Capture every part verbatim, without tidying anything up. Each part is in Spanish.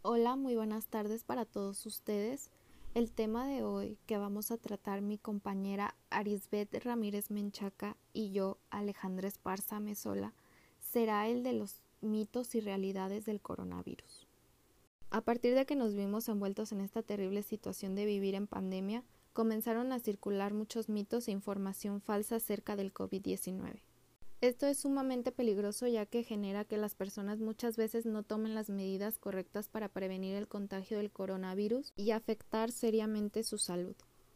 Hola, muy buenas tardes para todos ustedes. El tema de hoy que vamos a tratar mi compañera Arisbet Ramírez Menchaca y yo, Alejandra Esparza Mesola, será el de los mitos y realidades del coronavirus. A partir de que nos vimos envueltos en esta terrible situación de vivir en pandemia, comenzaron a circular muchos mitos e información falsa acerca del COVID diecinueve. Esto es sumamente peligroso ya que genera que las personas muchas veces no tomen las medidas correctas para prevenir el contagio del coronavirus y afectar seriamente su salud.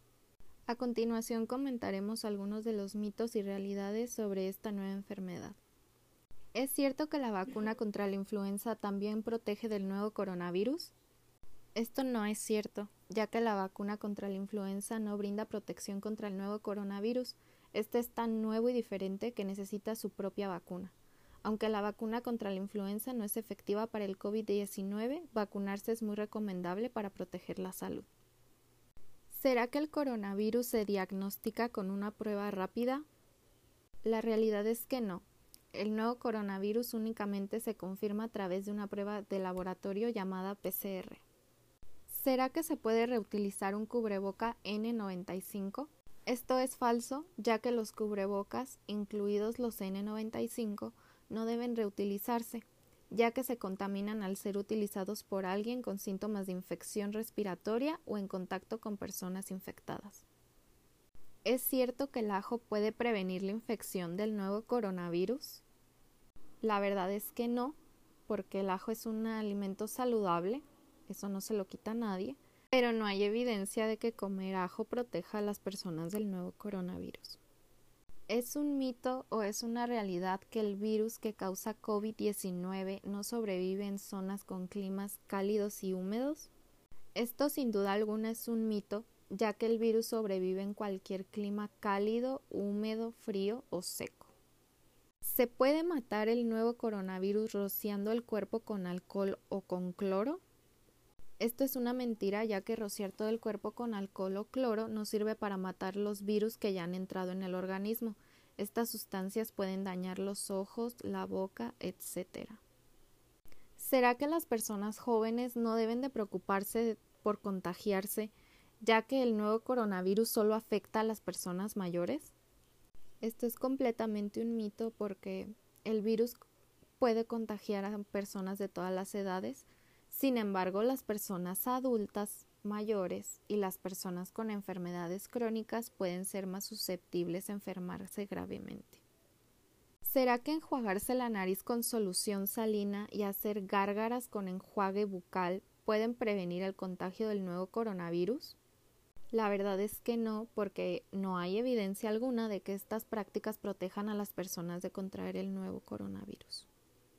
A continuación comentaremos algunos de los mitos y realidades sobre esta nueva enfermedad. ¿Es cierto que la vacuna contra la influenza también protege del nuevo coronavirus? Esto no es cierto, ya que la vacuna contra la influenza no brinda protección contra el nuevo coronavirus. Este es tan nuevo y diferente que necesita su propia vacuna. Aunque la vacuna contra la influenza no es efectiva para el COVID diecinueve, vacunarse es muy recomendable para proteger la salud. ¿Será que el coronavirus se diagnostica con una prueba rápida? La realidad es que no. El nuevo coronavirus únicamente se confirma a través de una prueba de laboratorio llamada P C R. ¿Será que se puede reutilizar un cubreboca N noventa y cinco? Esto es falso, ya que los cubrebocas, incluidos los N noventa y cinco, no deben reutilizarse, ya que se contaminan al ser utilizados por alguien con síntomas de infección respiratoria o en contacto con personas infectadas. ¿Es cierto que el ajo puede prevenir la infección del nuevo coronavirus? La verdad es que no, porque el ajo es un alimento saludable, eso no se lo quita a nadie, pero no hay evidencia de que comer ajo proteja a las personas del nuevo coronavirus. ¿Es un mito o es una realidad que el virus que causa COVID diecinueve no sobrevive en zonas con climas cálidos y húmedos? Esto sin duda alguna es un mito, ya que el virus sobrevive en cualquier clima cálido, húmedo, frío o seco. ¿Se puede matar el nuevo coronavirus rociando el cuerpo con alcohol o con cloro? Esto es una mentira, ya que rociar todo el cuerpo con alcohol o cloro no sirve para matar los virus que ya han entrado en el organismo. Estas sustancias pueden dañar los ojos, la boca, etcétera. ¿Será que las personas jóvenes no deben de preocuparse por contagiarse, ya que el nuevo coronavirus solo afecta a las personas mayores? Esto es completamente un mito porque el virus puede contagiar a personas de todas las edades. Sin embargo, las personas adultas, mayores y las personas con enfermedades crónicas pueden ser más susceptibles a enfermarse gravemente. ¿Será que enjuagarse la nariz con solución salina y hacer gárgaras con enjuague bucal pueden prevenir el contagio del nuevo coronavirus? La verdad es que no, porque no hay evidencia alguna de que estas prácticas protejan a las personas de contraer el nuevo coronavirus.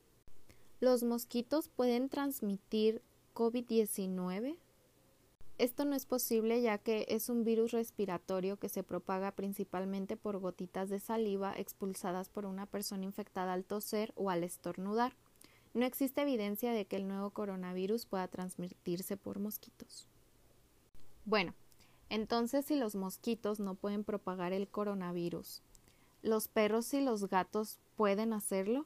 ¿Los mosquitos pueden transmitir COVID diecinueve? Esto no es posible, ya que es un virus respiratorio que se propaga principalmente por gotitas de saliva expulsadas por una persona infectada al toser o al estornudar. No existe evidencia de que el nuevo coronavirus pueda transmitirse por mosquitos. Bueno, entonces si los mosquitos no pueden propagar el coronavirus, ¿los perros y los gatos pueden hacerlo?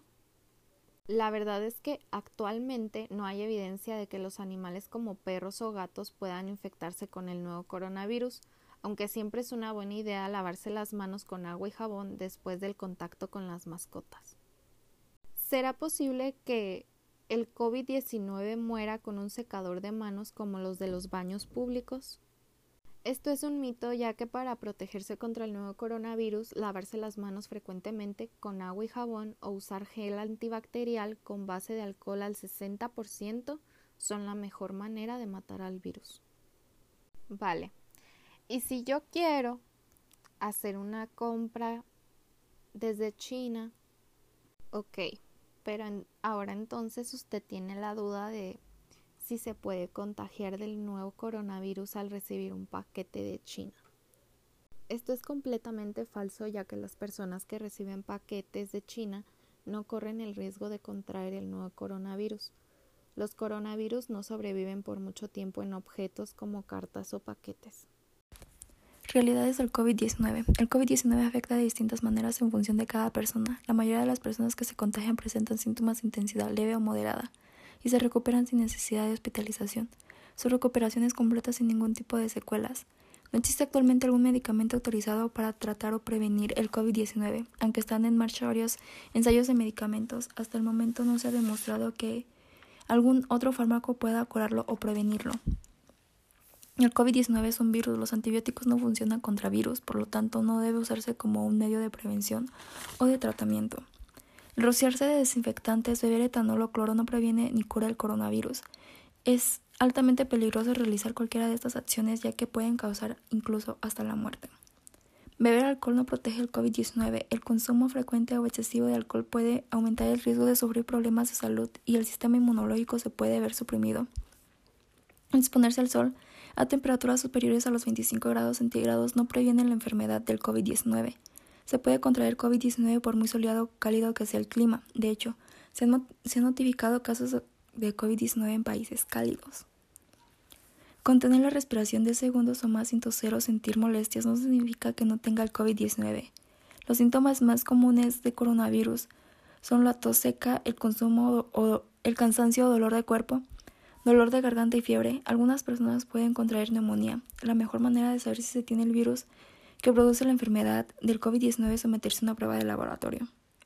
La verdad es que actualmente no hay evidencia de que los animales como perros o gatos puedan infectarse con el nuevo coronavirus, aunque siempre es una buena idea lavarse las manos con agua y jabón después del contacto con las mascotas. ¿Será posible que el COVID diecinueve muera con un secador de manos como los de los baños públicos? Esto es un mito, ya que para protegerse contra el nuevo coronavirus, lavarse las manos frecuentemente con agua y jabón o usar gel antibacterial con base de alcohol al sesenta por ciento son la mejor manera de matar al virus. Vale, y si yo quiero hacer una compra desde China, ok, pero en, ahora entonces usted tiene la duda de si se puede contagiar del nuevo coronavirus al recibir un paquete de China. Esto es completamente falso, ya que las personas que reciben paquetes de China no corren el riesgo de contraer el nuevo coronavirus. Los coronavirus no sobreviven por mucho tiempo en objetos como cartas o paquetes. Realidades del COVID diecinueve. El COVID diecinueve afecta de distintas maneras en función de cada persona. La mayoría de las personas que se contagian presentan síntomas de intensidad leve o moderada, y se recuperan sin necesidad de hospitalización. Su recuperación es completa sin ningún tipo de secuelas. No existe actualmente algún medicamento autorizado para tratar o prevenir el COVID diecinueve, aunque están en marcha varios ensayos de medicamentos. Hasta el momento no se ha demostrado que algún otro fármaco pueda curarlo o prevenirlo. El COVID diecinueve es un virus, los antibióticos no funcionan contra virus, por lo tanto no debe usarse como un medio de prevención o de tratamiento. El rociarse de desinfectantes, beber etanol o cloro no previene ni cura el coronavirus. Es altamente peligroso realizar cualquiera de estas acciones ya que pueden causar incluso hasta la muerte. Beber alcohol no protege el COVID diecinueve. El consumo frecuente o excesivo de alcohol puede aumentar el riesgo de sufrir problemas de salud y el sistema inmunológico se puede ver suprimido. Exponerse al sol a temperaturas superiores a los veinticinco grados centígrados no previene la enfermedad del COVID diecinueve. Se puede contraer COVID diecinueve por muy soleado o cálido que sea el clima. De hecho, se han, se han notificado casos de COVID diecinueve en países cálidos. Contener la respiración de segundos o más sin toser o sentir molestias no significa que no tenga el COVID diecinueve. Los síntomas más comunes de coronavirus son la tos seca, el consumo o el cansancio o dolor de cuerpo, dolor de garganta y fiebre. Algunas personas pueden contraer neumonía. La mejor manera de saber si se tiene el virus que produce la enfermedad del COVID diecinueve es someterse a una prueba de laboratorio.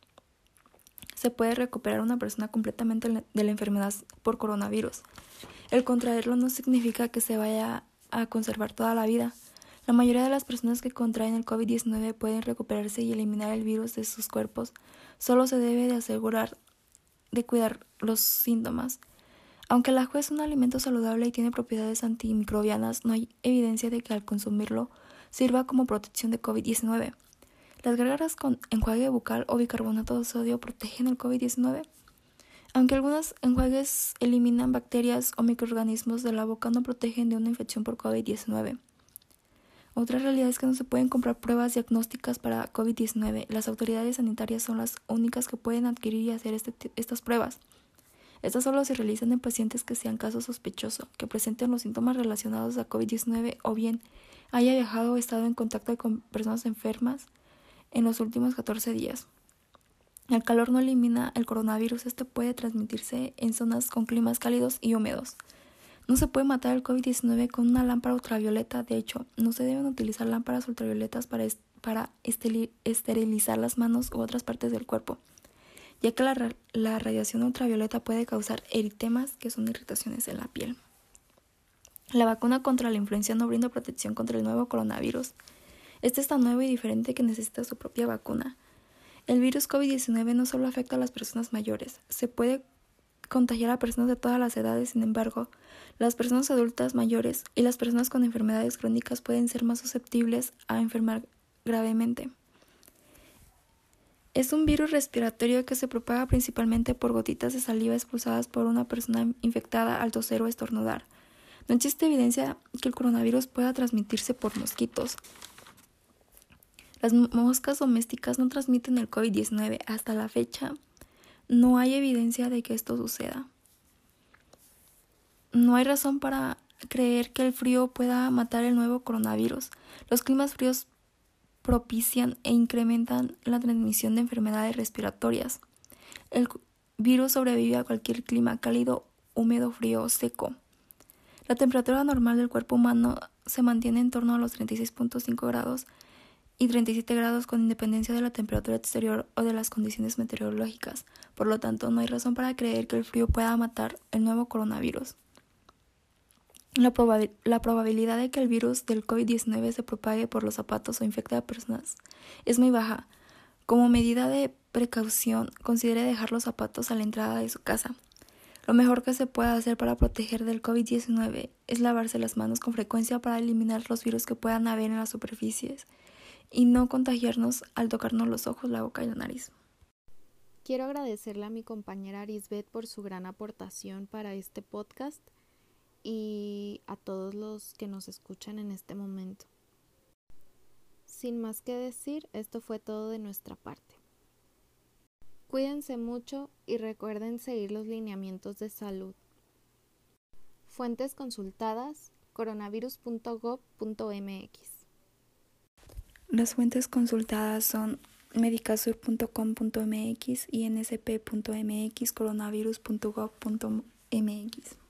Se puede recuperar una persona completamente de la enfermedad por coronavirus. El contraerlo no significa que se vaya a conservar toda la vida. La mayoría de las personas que contraen el COVID diecinueve pueden recuperarse y eliminar el virus de sus cuerpos. Solo se debe de asegurar de cuidar los síntomas. Aunque el ajo es un alimento saludable y tiene propiedades antimicrobianas, no hay evidencia de que al consumirlo sirva como protección de COVID diecinueve. ¿Las gárgaras con enjuague bucal o bicarbonato de sodio protegen el COVID diecinueve? Aunque algunos enjuagues eliminan bacterias o microorganismos de la boca, no protegen de una infección por COVID diecinueve. Otra realidad es que no se pueden comprar pruebas diagnósticas para COVID diecinueve. Las autoridades sanitarias son las únicas que pueden adquirir y hacer este, estas pruebas. Estas solo se realizan en pacientes que sean caso sospechoso, que presenten los síntomas relacionados a COVID diecinueve o bien haya viajado o estado en contacto con personas enfermas en los últimos catorce días. El calor no elimina el coronavirus. Este puede transmitirse en zonas con climas cálidos y húmedos. No se puede matar el COVID diecinueve con una lámpara ultravioleta. De hecho, no se deben utilizar lámparas ultravioletas para, est- para estel- esterilizar las manos u otras partes del cuerpo, ya que la, ra- la radiación ultravioleta puede causar eritemas, que son irritaciones en la piel. La vacuna contra la influenza no brinda protección contra el nuevo coronavirus. Este es tan nuevo y diferente que necesita su propia vacuna. El virus COVID diecinueve no solo afecta a las personas mayores, se puede contagiar a personas de todas las edades. Sin embargo, las personas adultas mayores y las personas con enfermedades crónicas pueden ser más susceptibles a enfermar gravemente. Es un virus respiratorio que se propaga principalmente por gotitas de saliva expulsadas por una persona infectada al toser o estornudar. No existe evidencia que el coronavirus pueda transmitirse por mosquitos. Las moscas domésticas no transmiten el COVID diecinueve. Hasta la fecha, no hay evidencia de que esto suceda. No hay razón para creer que el frío pueda matar el nuevo coronavirus. Los climas fríos propician e incrementan la transmisión de enfermedades respiratorias. El virus sobrevive a cualquier clima cálido, húmedo, frío o seco. La temperatura normal del cuerpo humano se mantiene en torno a los treinta y seis punto cinco grados y treinta y siete grados con independencia de la temperatura exterior o de las condiciones meteorológicas. Por lo tanto, no hay razón para creer que el frío pueda matar el nuevo coronavirus. La, probabil- la probabilidad de que el virus del COVID diecinueve se propague por los zapatos o infecte a personas es muy baja. Como medida de precaución, considere dejar los zapatos a la entrada de su casa. Lo mejor que se puede hacer para proteger del COVID diecinueve es lavarse las manos con frecuencia para eliminar los virus que puedan haber en las superficies y no contagiarnos al tocarnos los ojos, la boca y la nariz. Quiero agradecerle a mi compañera Arisbet por su gran aportación para este podcast y a todos los que nos escuchan en este momento. Sin más que decir, esto fue todo de nuestra parte. Cuídense mucho y recuerden seguir los lineamientos de salud. Fuentes consultadas: coronavirus punto gov punto m x. Las fuentes consultadas son medicasur punto com punto m x, I N S P punto m x, coronavirus punto gov punto m x.